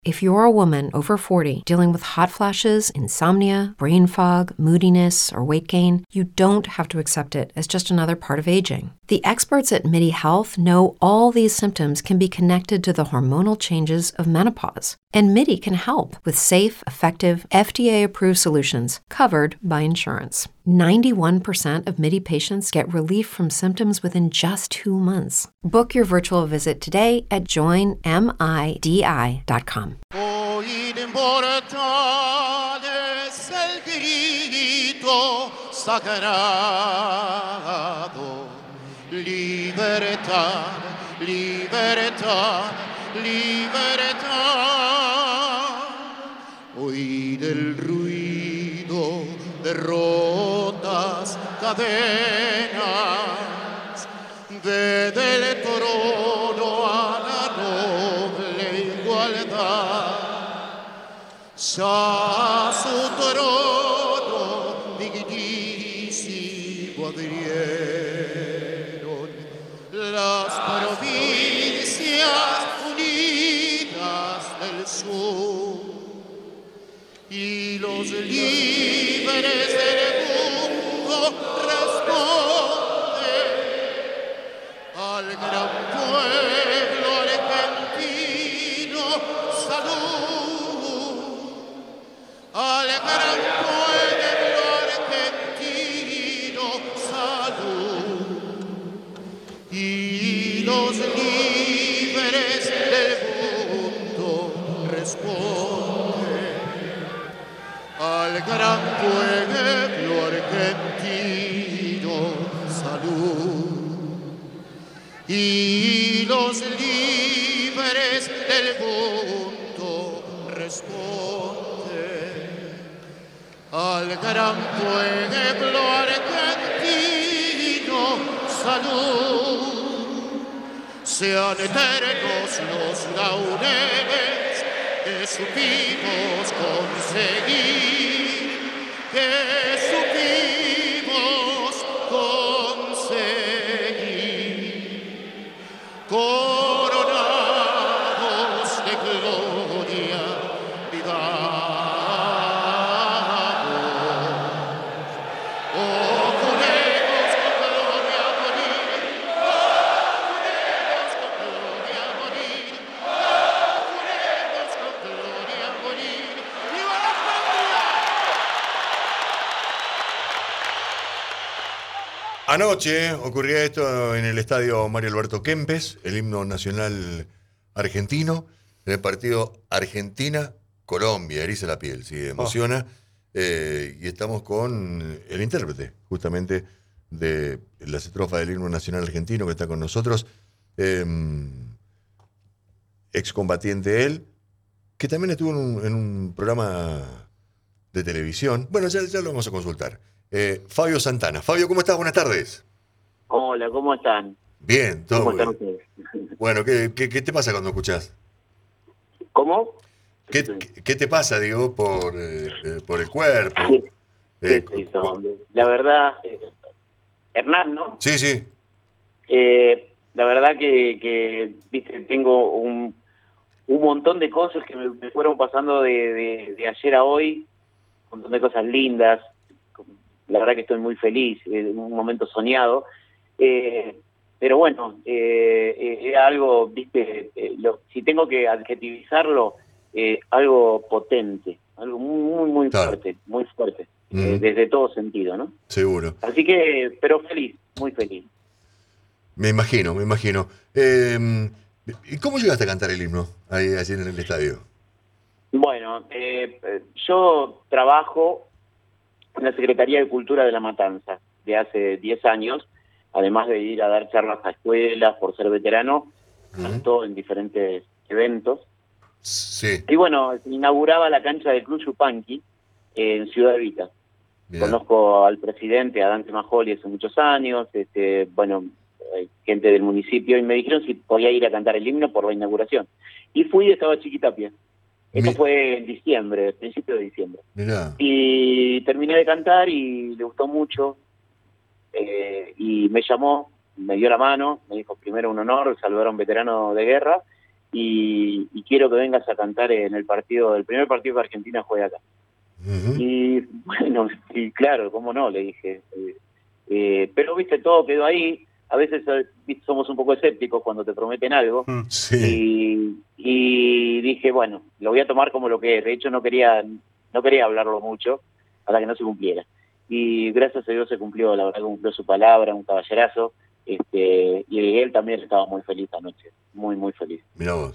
If you're a woman over 40 dealing with hot flashes, insomnia, brain fog, moodiness, or weight gain, you don't have to accept it as just another part of aging. The experts at MIDI Health know all these symptoms can be connected to the hormonal changes of menopause. And MIDI can help with safe, effective, FDA-approved solutions covered by insurance. 91% of MIDI patients get relief from symptoms within just 2 months. Book your virtual visit today at joinmidi.com. Hoy inmortal es el grito sagrado. Libertad, libertad, libertad. Oíd el ruido de rotas cadenas. Ved el trono a la noble igualdad. Ya su trono dignísimo adhirieron las provincias unidas del sur y los libres del mundo responden al gran pueblo argentino. Salud al gran pueblo argentino. Salud. Y los libres del mundo responden al gran pueblo argentino. Salud. Y los libres del mundo responden al gran pueblo argentino. Salud. Sean eternos los laureles que supimos conseguir, que supimos conseguir, coronados de gloria, vivamos. Oh, juremos con gloria morir, oh, juremos con gloria morir, oh, juremos con gloria morir. ¡Viva la patria! Anoche ocurría esto en el estadio Mario Alberto Kempes, el himno nacional argentino, en el partido Argentina-Colombia. Eriza la piel, sí, emociona. Y estamos con el intérprete, justamente, de las estrofas del himno nacional argentino, que está con nosotros. Excombatiente él, que también estuvo en un programa de televisión. Bueno, ya lo vamos a consultar. Fabio Santana. Fabio, ¿cómo estás? Buenas tardes. Hola, ¿cómo están? Bien, todo ¿Cómo muy están bien. ustedes? Bueno, ¿qué te pasa cuando escuchás? ¿Cómo? ¿Qué te pasa, digo, por el cuerpo? Sí, Eh, sí, la verdad, Hernán, ¿no? Sí, sí. La verdad que viste, tengo un montón de cosas que me fueron pasando de ayer a hoy, un montón de cosas lindas. La verdad que estoy muy feliz, un momento soñado. Pero bueno, era algo, viste, si tengo que adjetivizarlo, algo potente, algo muy Claro. fuerte, muy fuerte, Ujú. desde todo sentido, ¿no? Seguro. Así que, pero feliz, muy feliz. Me imagino. ¿Y cómo llegaste a cantar el himno ahí en el estadio? Bueno, yo trabajo en la Secretaría de Cultura de La Matanza de hace 10 años, además de ir a dar charlas a escuelas por ser veterano, canto en diferentes eventos. Sí. Y bueno, se inauguraba la cancha del Club Yupanqui en Ciudad Evita. Mirá. Conozco al presidente, a Dante Majoli, hace muchos años, gente del municipio, y me dijeron si podía ir a cantar el himno por la inauguración. Y fui y estaba Chiquitapia. Esto fue en diciembre, principio de diciembre. Mirá. Y terminé de cantar y le gustó mucho. Y me llamó, me dio la mano, me dijo primero un honor saludar a un veterano de guerra. y quiero que vengas a cantar en el primer partido que Argentina juega acá. Ujú. Y bueno, y claro, cómo no, le dije. Pero viste, todo quedó ahí. A veces viste, somos un poco escépticos cuando te prometen algo. Sí. Y dije, bueno, lo voy a tomar como lo que es. De hecho, no quería hablarlo mucho hasta que no se cumpliera. Y gracias a Dios se cumplió, la verdad que cumplió su palabra, un caballerazo. Y él también estaba muy feliz anoche, muy, muy feliz. Mirá vos.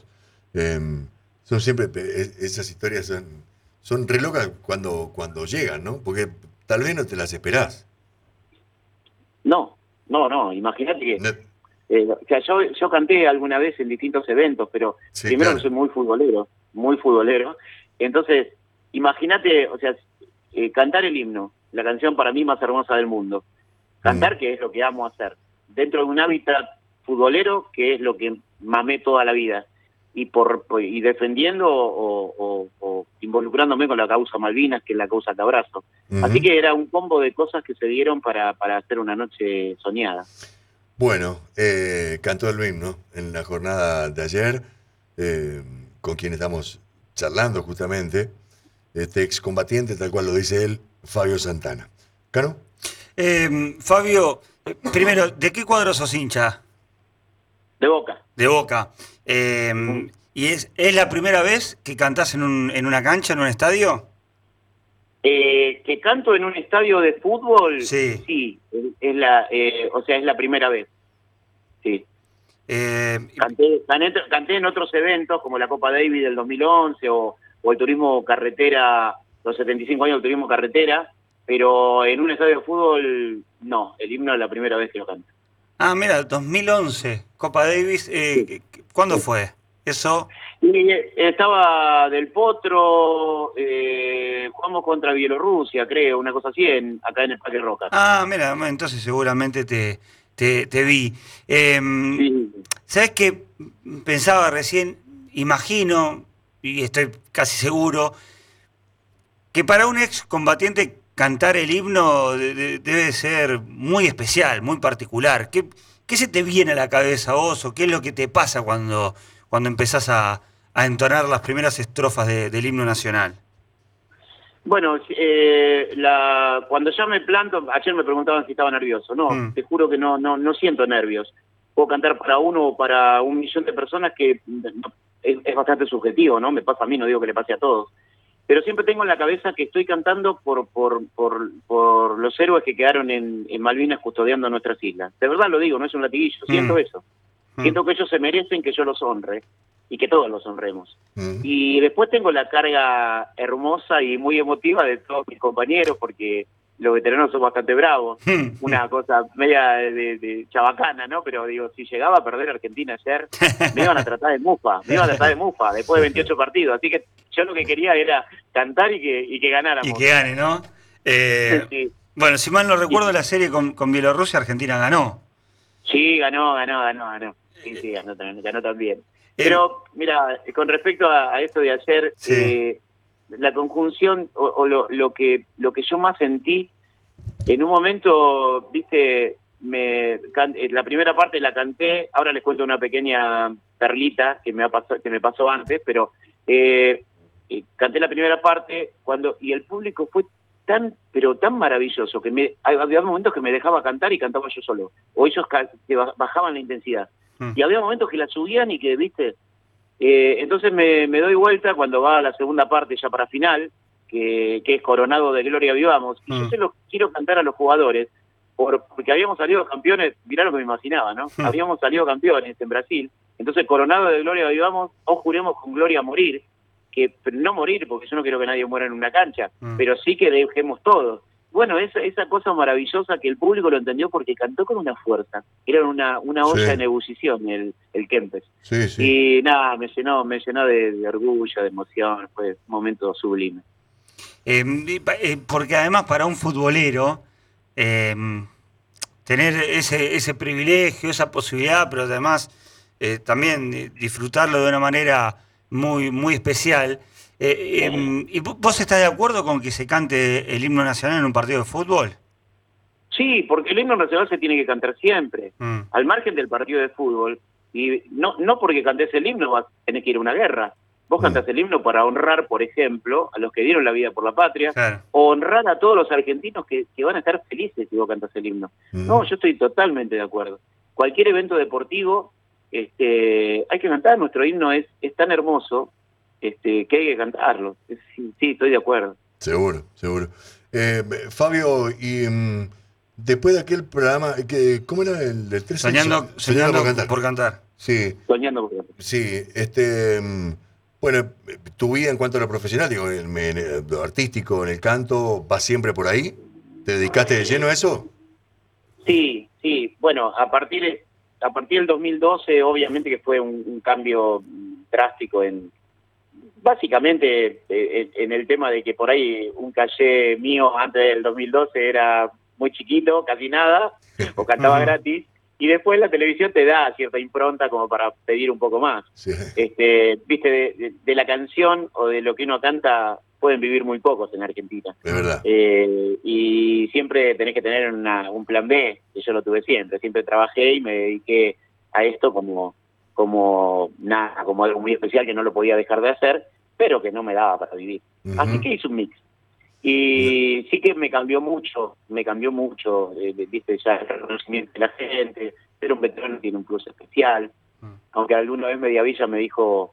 Son siempre, esas historias son re locas cuando llegan, ¿no? Porque tal vez no te las esperás. No, imagínate que... No- o sea, yo canté alguna vez en distintos eventos, pero Sí, primero claro. que soy muy futbolero. Entonces, imagínate, o sea, cantar el himno, la canción para mí más hermosa del mundo. Cantar, que es lo que amo hacer, dentro de un hábitat futbolero, que es lo que mamé toda la vida. Y defendiendo o involucrándome con la causa Malvinas, que es la causa que abrazo. Ujú. Así que era un combo de cosas que se dieron para hacer una noche soñada. Bueno, cantó el himno en la jornada de ayer, con quien estamos charlando justamente, este excombatiente, tal cual lo dice él, Fabio Santana. ¿Cano? Fabio, primero, ¿de qué cuadro sos hincha? De Boca. De Boca. ¿Y es la primera vez que cantás en una cancha, en un estadio? Que canto en un estadio de fútbol, Sí. es la primera vez. Sí. Eh, Canté en otros eventos como la Copa Davis del 2011 o el turismo carretera, los 75 años del turismo carretera, pero en un estadio de fútbol no, el himno es la primera vez que lo canto. mira, 2011, Copa Davis, ¿cuándo fue? Eso. Y estaba Del Potro, jugamos contra Bielorrusia, creo, una cosa así, acá en el Parque Roca. Mira, entonces seguramente te vi. Sí. ¿Sabes qué? Pensaba recién, imagino, y estoy casi seguro, que para un ex combatiente cantar el himno debe ser muy especial, muy particular. ¿Qué se te viene a la cabeza a vos o qué es lo que te pasa cuando empezás a entonar las primeras estrofas del himno nacional? Bueno, cuando ya me planto, ayer me preguntaban si estaba nervioso. No, te juro que no siento nervios. Puedo cantar para uno o para 1.000.000 de personas, que es bastante subjetivo, ¿no? Me pasa a mí, no digo que le pase a todos. Pero siempre tengo en la cabeza que estoy cantando por los héroes que quedaron en Malvinas custodiando nuestras islas. De verdad lo digo, no es un latiguillo, siento eso. Siento que ellos se merecen que yo los honre y que todos los honremos. Y después tengo la carga hermosa y muy emotiva de todos mis compañeros, porque los veteranos son bastante bravos. Una cosa media de chabacana, ¿no? Pero digo, si llegaba a perder Argentina ayer, me iban a tratar de mufa, después de 28 partidos. Así que yo lo que quería era cantar y que ganáramos. Y que gane, ¿no? Sí. Bueno, si mal no recuerdo, la serie con Bielorrusia, Argentina ganó. Sí, ganó. Sí, ganó también. Pero, mira, con respecto a esto de ayer, Sí. la conjunción o lo que yo más sentí, en un momento, viste, la primera parte la canté, ahora les cuento una pequeña perlita que me pasó antes, pero canté la primera parte y el público fue tan maravilloso que había momentos que me dejaba cantar y cantaba yo solo, o ellos que bajaban la intensidad. Y había momentos que la subían y que, viste, entonces me doy vuelta cuando va a la segunda parte ya para final, que es Coronado de Gloria Vivamos, y yo se lo quiero cantar a los jugadores, porque habíamos salido campeones, mirá lo que me imaginaba, ¿no? Habíamos salido campeones en Brasil, entonces Coronado de Gloria Vivamos, o juremos con gloria a morir, pero no morir, porque yo no quiero que nadie muera en una cancha, pero sí que dejemos todo. Bueno, esa cosa maravillosa que el público lo entendió porque cantó con una fuerza. Era una olla en ebullición el Kempes. Sí. Y nada, me llenó de orgullo, de emoción, fue un momento sublime. Porque además para un futbolero, tener ese privilegio, esa posibilidad, pero además también disfrutarlo de una manera muy, muy especial. ¿Y vos estás de acuerdo con que se cante el himno nacional en un partido de fútbol? Sí, porque el himno nacional se tiene que cantar siempre. Al margen del partido de fútbol, Y no porque cantes el himno vas a tener que ir a una guerra. Vos cantás el himno para honrar, por ejemplo, a los que dieron la vida por la patria, Claro. o honrar a todos los argentinos que van a estar felices si vos cantás el himno. No, yo estoy totalmente de acuerdo. Cualquier evento deportivo, hay que cantar. Nuestro himno es tan hermoso que hay que cantarlo. Sí, estoy de acuerdo. Seguro. Fabio, y después de aquel programa, ¿cómo era el del 13? Soñando por cantar. Sí, Soñando por sí. Bueno, tu vida en cuanto a lo profesional, digo, lo artístico, en el canto, ¿vas siempre por ahí? ¿Te dedicaste de lleno a eso? Sí. Bueno, a partir del 2012, obviamente que fue un cambio drástico básicamente en el tema de que por ahí un caché mío antes del 2012 era muy chiquito, casi nada, o cantaba gratis, y después la televisión te da cierta impronta como para pedir un poco más. Sí. Viste, de la canción o de lo que uno canta pueden vivir muy pocos en Argentina. Es verdad. Y siempre tenés que tener un plan B, que yo lo tuve siempre trabajé y me dediqué a esto como algo muy especial que no lo podía dejar de hacer, pero que no me daba para vivir. Así que hice un mix. Y sí que me cambió mucho, viste, ya el reconocimiento de la gente, ser un veterano tiene un plus especial, aunque alguna vez Mediavilla me dijo,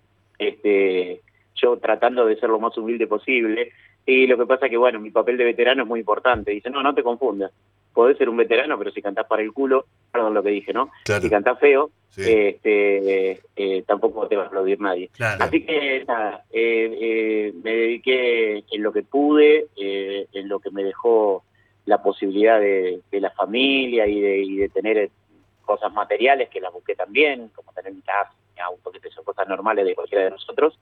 yo tratando de ser lo más humilde posible, y lo que pasa es que, bueno, mi papel de veterano es muy importante. Dice, no te confundas, podés ser un veterano, pero si cantás para el culo, perdón lo que dije, ¿no? Claro. Si cantás feo, Sí. tampoco te va a aplaudir nadie. Claro. Así que nada, me dediqué en lo que pude, en lo que me dejó la posibilidad de la familia y de tener cosas materiales que las busqué también, como tener mi casa, mi auto, que son cosas normales de cualquiera de nosotros,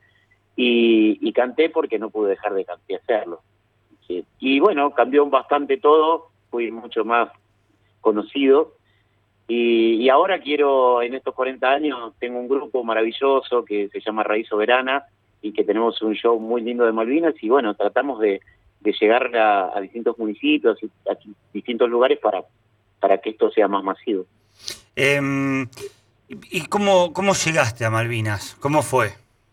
y canté porque no pude dejar de hacerlo. ¿Sí? Y bueno, cambió bastante todo, fui mucho más conocido. Y ahora en estos 40 años, tengo un grupo maravilloso que se llama Raíz Soberana y que tenemos un show muy lindo de Malvinas y bueno, tratamos de llegar a distintos municipios y a distintos lugares para que esto sea más masivo. ¿Y cómo llegaste a Malvinas? ¿Cómo fue?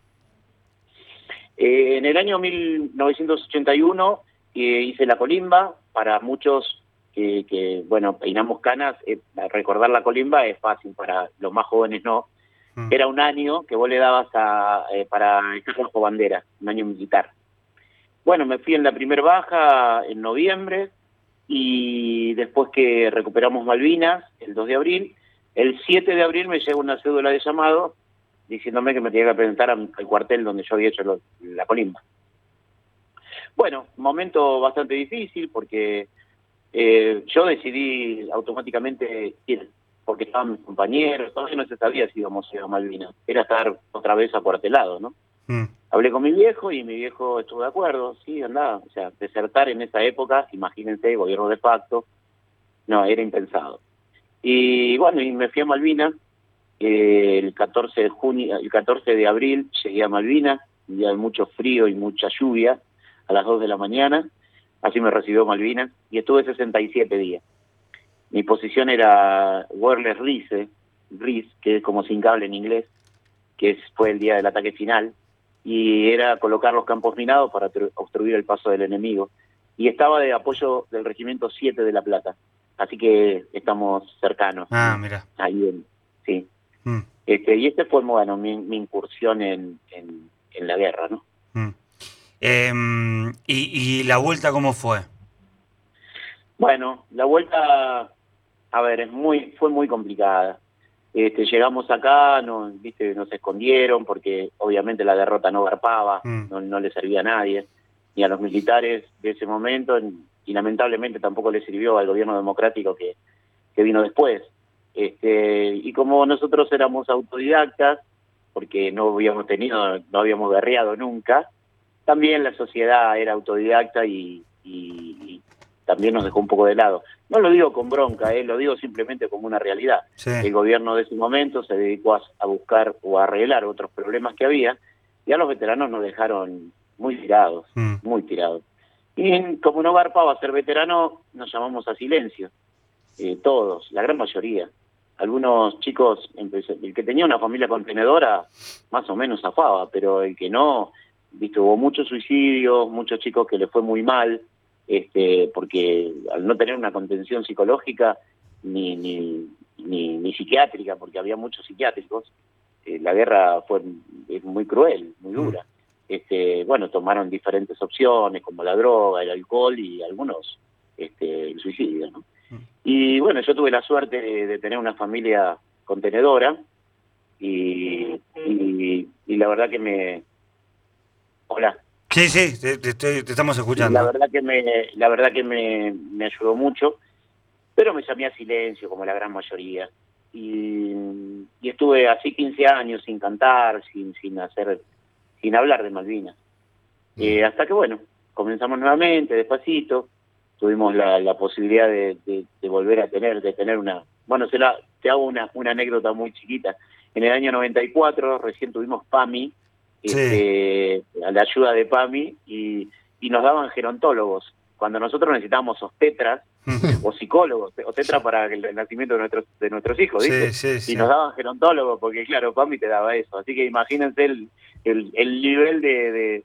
En el año 1981 hice la colimba. Para muchos que bueno, peinamos canas, recordar la colimba es fácil, para los más jóvenes no. Era un año que vos le dabas para estar bajo bandera, un año militar. Bueno, me fui en la primer baja en noviembre y después que recuperamos Malvinas, el 2 de abril, el 7 de abril me llega una cédula de llamado diciéndome que me tenía que presentar al cuartel donde yo había hecho la colimba. Bueno, momento bastante difícil porque yo decidí automáticamente ir, porque estaban mis compañeros, todavía no se sabía si íbamos a ir a Malvinas, era estar otra vez acuartelado, ¿no? Hablé con mi viejo y mi viejo estuvo de acuerdo, sí, andá, o sea, desertar en esa época, imagínense, gobierno de facto, no, era impensado. Y bueno, y me fui a Malvinas, el 14 de abril llegué a Malvinas, un día de mucho frío y mucha lluvia, a las 2 de la mañana, así me recibió Malvinas, y estuve 67 días. Mi posición era Wireless RIS, que es como sin cable en inglés, fue el día del ataque final, y era colocar los campos minados para obstruir el paso del enemigo. Y estaba de apoyo del Regimiento 7 de La Plata, así que estamos cercanos. Ah, mira. Ahí sí. Y este fue, bueno, mi incursión en la guerra, ¿no? ¿Y la vuelta cómo fue? Bueno, la vuelta, a ver, fue muy complicada. Llegamos acá, nos escondieron porque obviamente la derrota no garpaba, no le servía a nadie, ni a los militares de ese momento, y lamentablemente tampoco le sirvió al gobierno democrático que vino después. Y como nosotros éramos autodidactas, porque no habíamos guerreado nunca, también la sociedad era autodidacta y también nos dejó un poco de lado. No lo digo con bronca, lo digo simplemente como una realidad. Sí. El gobierno de ese momento se dedicó a buscar o a arreglar otros problemas que había, y a los veteranos nos dejaron muy tirados, muy tirados. Y como no garpaba ser veterano, nos llamamos a silencio, todos, la gran mayoría. algunos chicos, el que tenía una familia contenedora, más o menos zafaba, pero el que no, viste, hubo muchos suicidios, muchos chicos que les fue muy mal, porque al no tener una contención psicológica ni psiquiátrica, porque había muchos psiquiátricos, la guerra es muy cruel, muy dura. Bueno, tomaron diferentes opciones, como la droga, el alcohol y algunos el suicidio, ¿no? Y bueno, yo tuve la suerte de tener una familia contenedora y la verdad que me... Hola. Sí, sí, te estamos escuchando. La verdad que me ayudó mucho, pero me llamé a silencio, como la gran mayoría. Y estuve así 15 años sin cantar, sin hablar de Malvinas. Hasta que, bueno, comenzamos nuevamente, despacito. Tuvimos la posibilidad de volver a tener una... Bueno, te hago una anécdota muy chiquita. En el año 94 recién tuvimos PAMI, a la ayuda de PAMI, y nos daban gerontólogos. Cuando nosotros necesitábamos obstetras o psicólogos, obstetras para el nacimiento de nuestros hijos, ¿viste? Sí. Y nos daban gerontólogos, porque claro, PAMI te daba eso. Así que imagínense el nivel de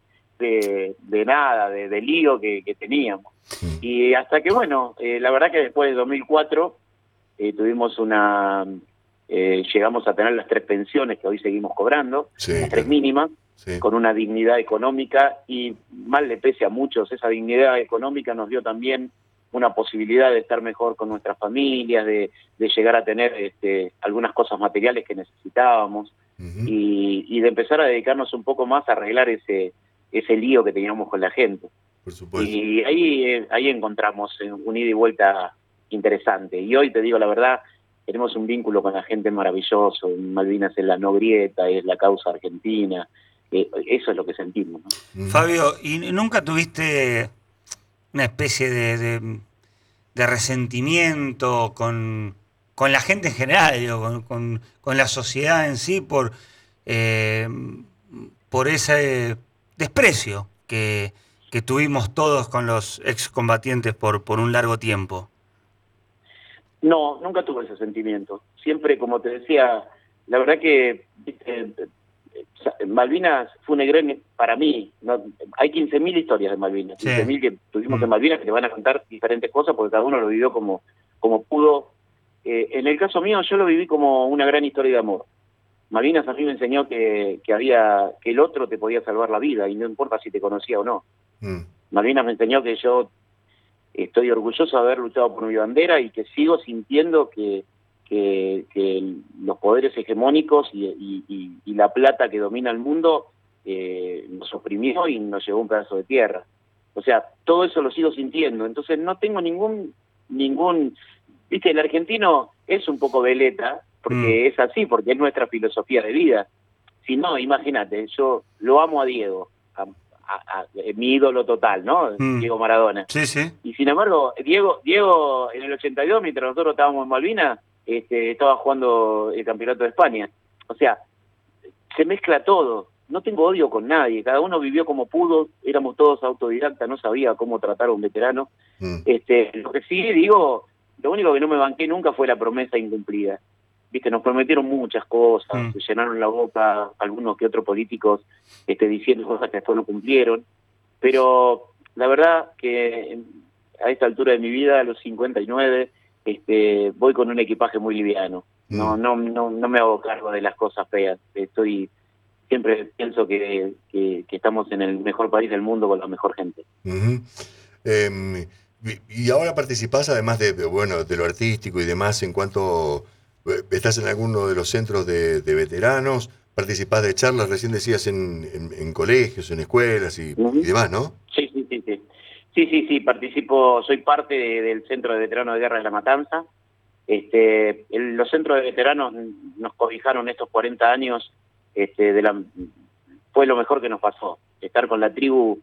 lío que teníamos. Y hasta que, bueno, la verdad que después de 2004 tuvimos llegamos a tener las 3 pensiones que hoy seguimos cobrando, las 3 mínimas, con una dignidad económica, y mal le pese a muchos, esa dignidad económica nos dio también una posibilidad de estar mejor con nuestras familias, de llegar a tener algunas cosas materiales que necesitábamos, y de empezar a dedicarnos un poco más a arreglar ese lío que teníamos con la gente. Por supuesto. Y ahí encontramos un ida y vuelta interesante. Y hoy, te digo la verdad, tenemos un vínculo con la gente maravilloso. Malvinas es la no grieta, es la causa argentina. Eso es lo que sentimos, ¿no? Fabio, ¿y nunca tuviste una especie de resentimiento con la gente en general, digo, con la sociedad en sí, por ese desprecio que tuvimos todos con los excombatientes por un largo tiempo? No, nunca tuve ese sentimiento. Siempre, como te decía, la verdad que Malvinas fue un gran, para mí, ¿no? Hay 15.000 historias de Malvinas, 15.000 que tuvimos en Malvinas, que te van a contar diferentes cosas porque cada uno lo vivió como pudo. En el caso mío, yo lo viví como una gran historia de amor. Malvinas a mí me enseñó que el otro te podía salvar la vida, y no importa si te conocía o no. Malvinas me enseñó que yo estoy orgulloso de haber luchado por mi bandera, y que sigo sintiendo que los poderes hegemónicos y la plata que domina el mundo nos oprimió y nos llevó un pedazo de tierra. O sea, todo eso lo sigo sintiendo. Entonces no tengo ningún... Viste, el argentino es un poco veleta, porque es así, porque es nuestra filosofía de vida. Si no, imagínate, yo lo amo a Diego, mi ídolo total, ¿no? Diego Maradona. Sí. Y sin embargo, Diego en el 82, mientras nosotros estábamos en Malvinas, estaba jugando el campeonato de España. O sea, se mezcla todo. No tengo odio con nadie, cada uno vivió como pudo, éramos todos autodidactas, no sabía cómo tratar a un veterano. Lo que sí digo, lo único que no me banqué nunca fue la promesa incumplida. Viste, nos prometieron muchas cosas, se llenaron la boca algunos que otros políticos diciendo cosas que después no cumplieron, pero la verdad que a esta altura de mi vida, a los 59, voy con un equipaje muy liviano. No me hago cargo de las cosas feas. Siempre pienso que estamos en el mejor país del mundo con la mejor gente. Y ahora participás, además de lo artístico y demás, en cuanto estás en alguno de los centros de veteranos, participás de charlas, recién decías en colegios, en escuelas y demás, ¿no? Sí, participo, soy parte del Centro de Veteranos de Guerra de La Matanza. Los centros de veteranos nos cobijaron estos 40 años, fue lo mejor que nos pasó, estar con la tribu,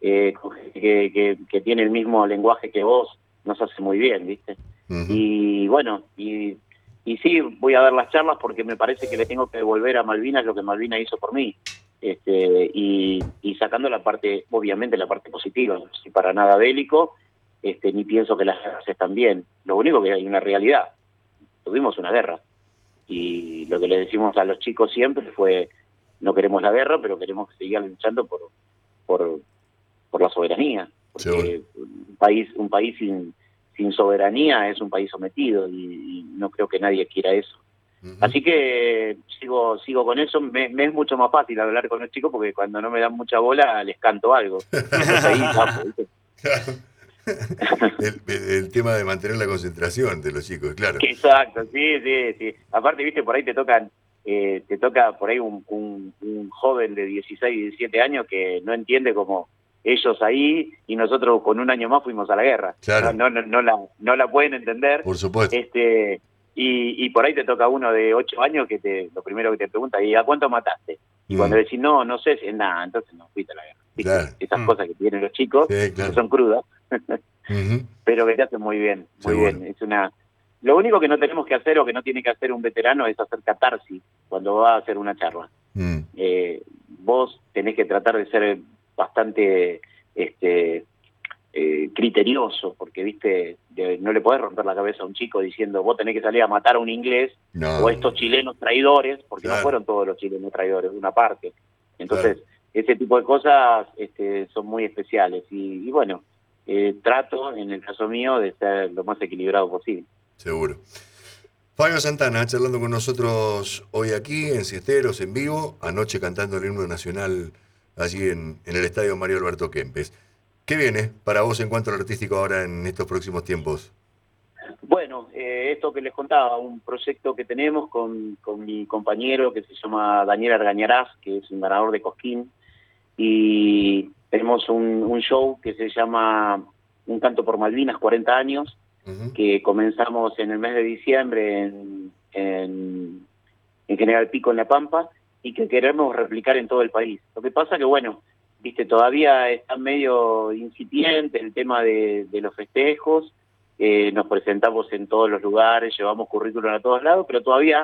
que tiene el mismo lenguaje que vos, nos hace muy bien, ¿viste? Y bueno, y sí, voy a dar las charlas porque me parece que le tengo que devolver a Malvinas lo que Malvinas hizo por mí, y sacando la parte, obviamente la parte positiva. No soy para nada bélico, ni pienso que las guerras están bien. Lo único que hay una realidad, tuvimos una guerra, Y lo que le decimos a los chicos siempre fue, no queremos la guerra, pero queremos seguir luchando por la soberanía. Porque un país sin soberanía es un país sometido y no creo que nadie quiera eso. Así que sigo con eso. Me es mucho más fácil hablar con los chicos porque cuando no me dan mucha bola les canto algo. Entonces ahí vamos, ¿viste? El tema de mantener la concentración de los chicos, claro. Exacto, sí. Aparte, viste, por ahí te toca por ahí un joven de 16, 17 años que no entiende cómo ellos ahí y nosotros con un año más fuimos a la guerra. Claro. No la pueden entender. Por supuesto. Y por ahí te toca uno de 8 años que lo primero que te pregunta, ¿y a cuánto mataste? Y cuando decís, no sé, nada, entonces no fuiste a la guerra. Claro. Esas cosas que tienen los chicos, Sí, claro. que son crudas, pero que te hacen muy bien, muy bien. Lo único que no tenemos que hacer o que no tiene que hacer un veterano es hacer catarsis cuando va a hacer una charla. Vos tenés que tratar de ser bastante criterioso, porque viste no le podés romper la cabeza a un chico diciendo vos tenés que salir a matar a un inglés o a estos chilenos traidores, porque no fueron todos los chilenos traidores, una parte. Entonces, ese tipo de cosas son muy especiales y bueno, trato, en el caso mío, de ser lo más equilibrado posible. Seguro. Fabio Santana, charlando con nosotros hoy aquí en Siesteros, en vivo, anoche cantando el himno nacional allí en el estadio Mario Alberto Kempes. ¿Qué viene para vos en cuanto al artístico ahora en estos próximos tiempos? Bueno, esto que les contaba, un proyecto que tenemos con mi compañero que se llama Daniel Argañarás, que es un ganador de Cosquín, y tenemos un show que se llama Un Canto por Malvinas, 40 años, que comenzamos en el mes de diciembre en General Pico, en La Pampa, y que queremos replicar en todo el país. Lo que pasa que, bueno, viste, todavía está medio incipiente el tema de los festejos, nos presentamos en todos los lugares, llevamos currículum a todos lados, pero todavía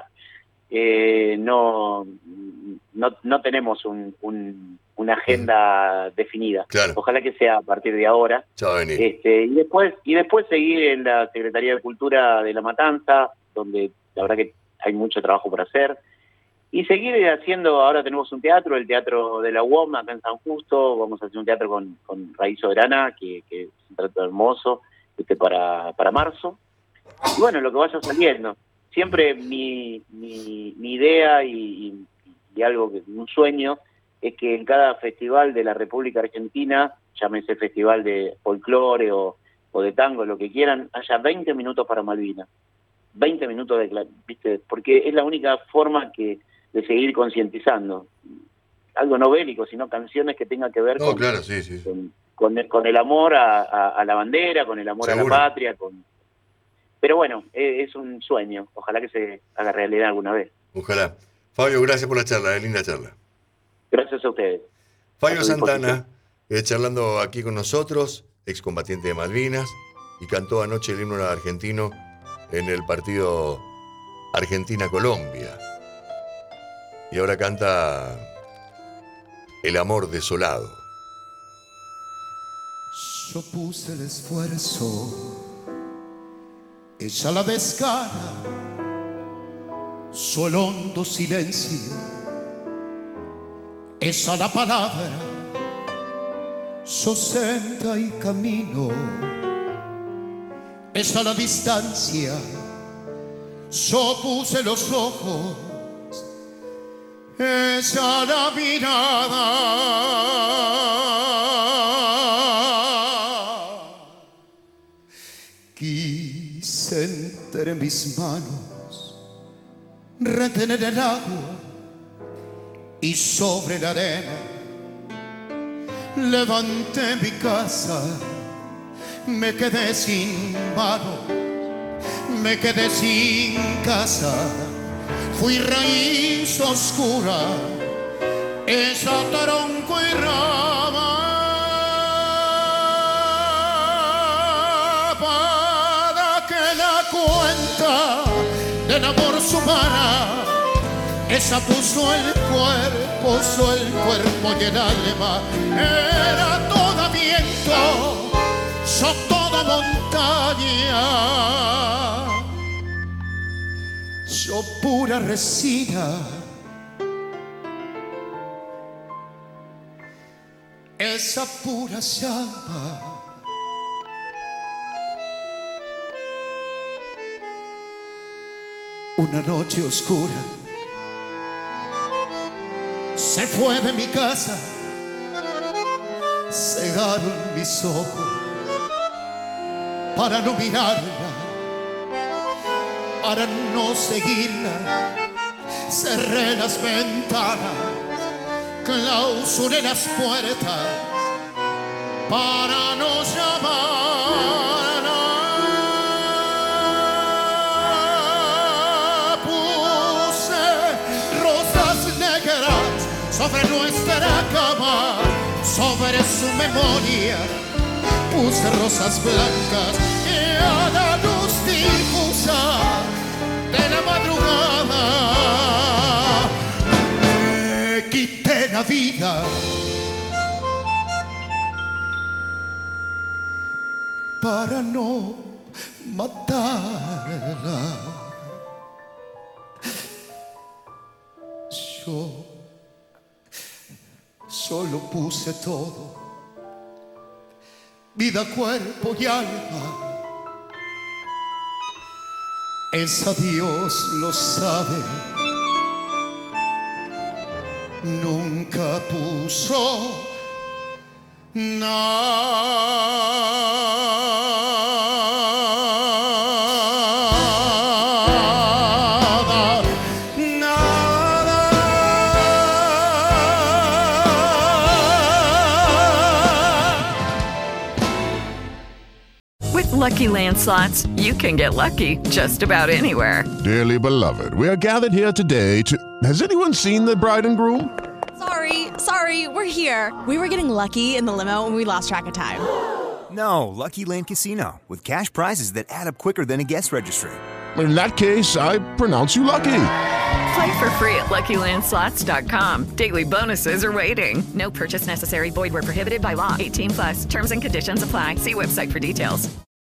no tenemos una agenda definida. Claro. Ojalá que sea a partir de ahora. Ya va a venir. Y después seguir en la Secretaría de Cultura de La Matanza, donde la verdad que hay mucho trabajo por hacer. Y seguir haciendo, ahora tenemos un teatro, el Teatro de la UOM, acá en San Justo. Vamos a hacer un teatro con Raíz Soberana, que es un teatro hermoso, para marzo. Y bueno, lo que vaya saliendo. Siempre mi idea y algo, un sueño, es que en cada festival de la República Argentina, llámese festival de folclore o de tango, lo que quieran, haya 20 minutos para Malvinas. 20 minutos ¿viste? Porque es la única forma de seguir concientizando. Algo no bélico, sino canciones que tengan que ver con el amor a la bandera, con el amor a la patria. Pero bueno, es un sueño. Ojalá que se haga realidad alguna vez. Ojalá. Fabio, gracias por la charla, linda charla. Gracias a ustedes. Fabio Santana, charlando aquí con nosotros, excombatiente de Malvinas, y cantó anoche el himno argentino en el partido Argentina-Colombia. Y ahora canta El amor desolado. Yo puse el esfuerzo, ella la descara, su el hondo silencio, esa la palabra, yo senda y camino, esa la distancia, yo puse los ojos, esa la mirada. Quise entre mis manos retener el agua y sobre la arena levanté mi casa. Me quedé sin mano, me quedé sin casa. Fui raíz oscura, esa tronco y rama. Para que la cuenta del amor sumara, esa puso el cuerpo y el alma. Era toda viento, yo toda montaña. Yo pura resina, esa pura llama. Una noche oscura se fue de mi casa, cegaron mis ojos para no mirarla, para no seguirla. Cerré las ventanas, clausuré las puertas para no llamarla. Puse rosas negras sobre nuestra cama, sobre su memoria puse rosas blancas y a la luz difusa de la madrugada me quité la vida para no matarla. Yo solo puse todo, vida, cuerpo y alma. Esa Dios lo sabe. Nunca puso Lucky Land Slots, you can get lucky just about anywhere. Dearly beloved, we are gathered here today to... Has anyone seen the bride and groom? Sorry, we're here. We were getting lucky in the limo and we lost track of time. No, Lucky Land Casino, with cash prizes that add up quicker than a guest registry. In that case, I pronounce you lucky. Play for free at LuckyLandSlots.com. Daily bonuses are waiting. No purchase necessary. Void where prohibited by law. 18+. Terms and conditions apply. See website for details.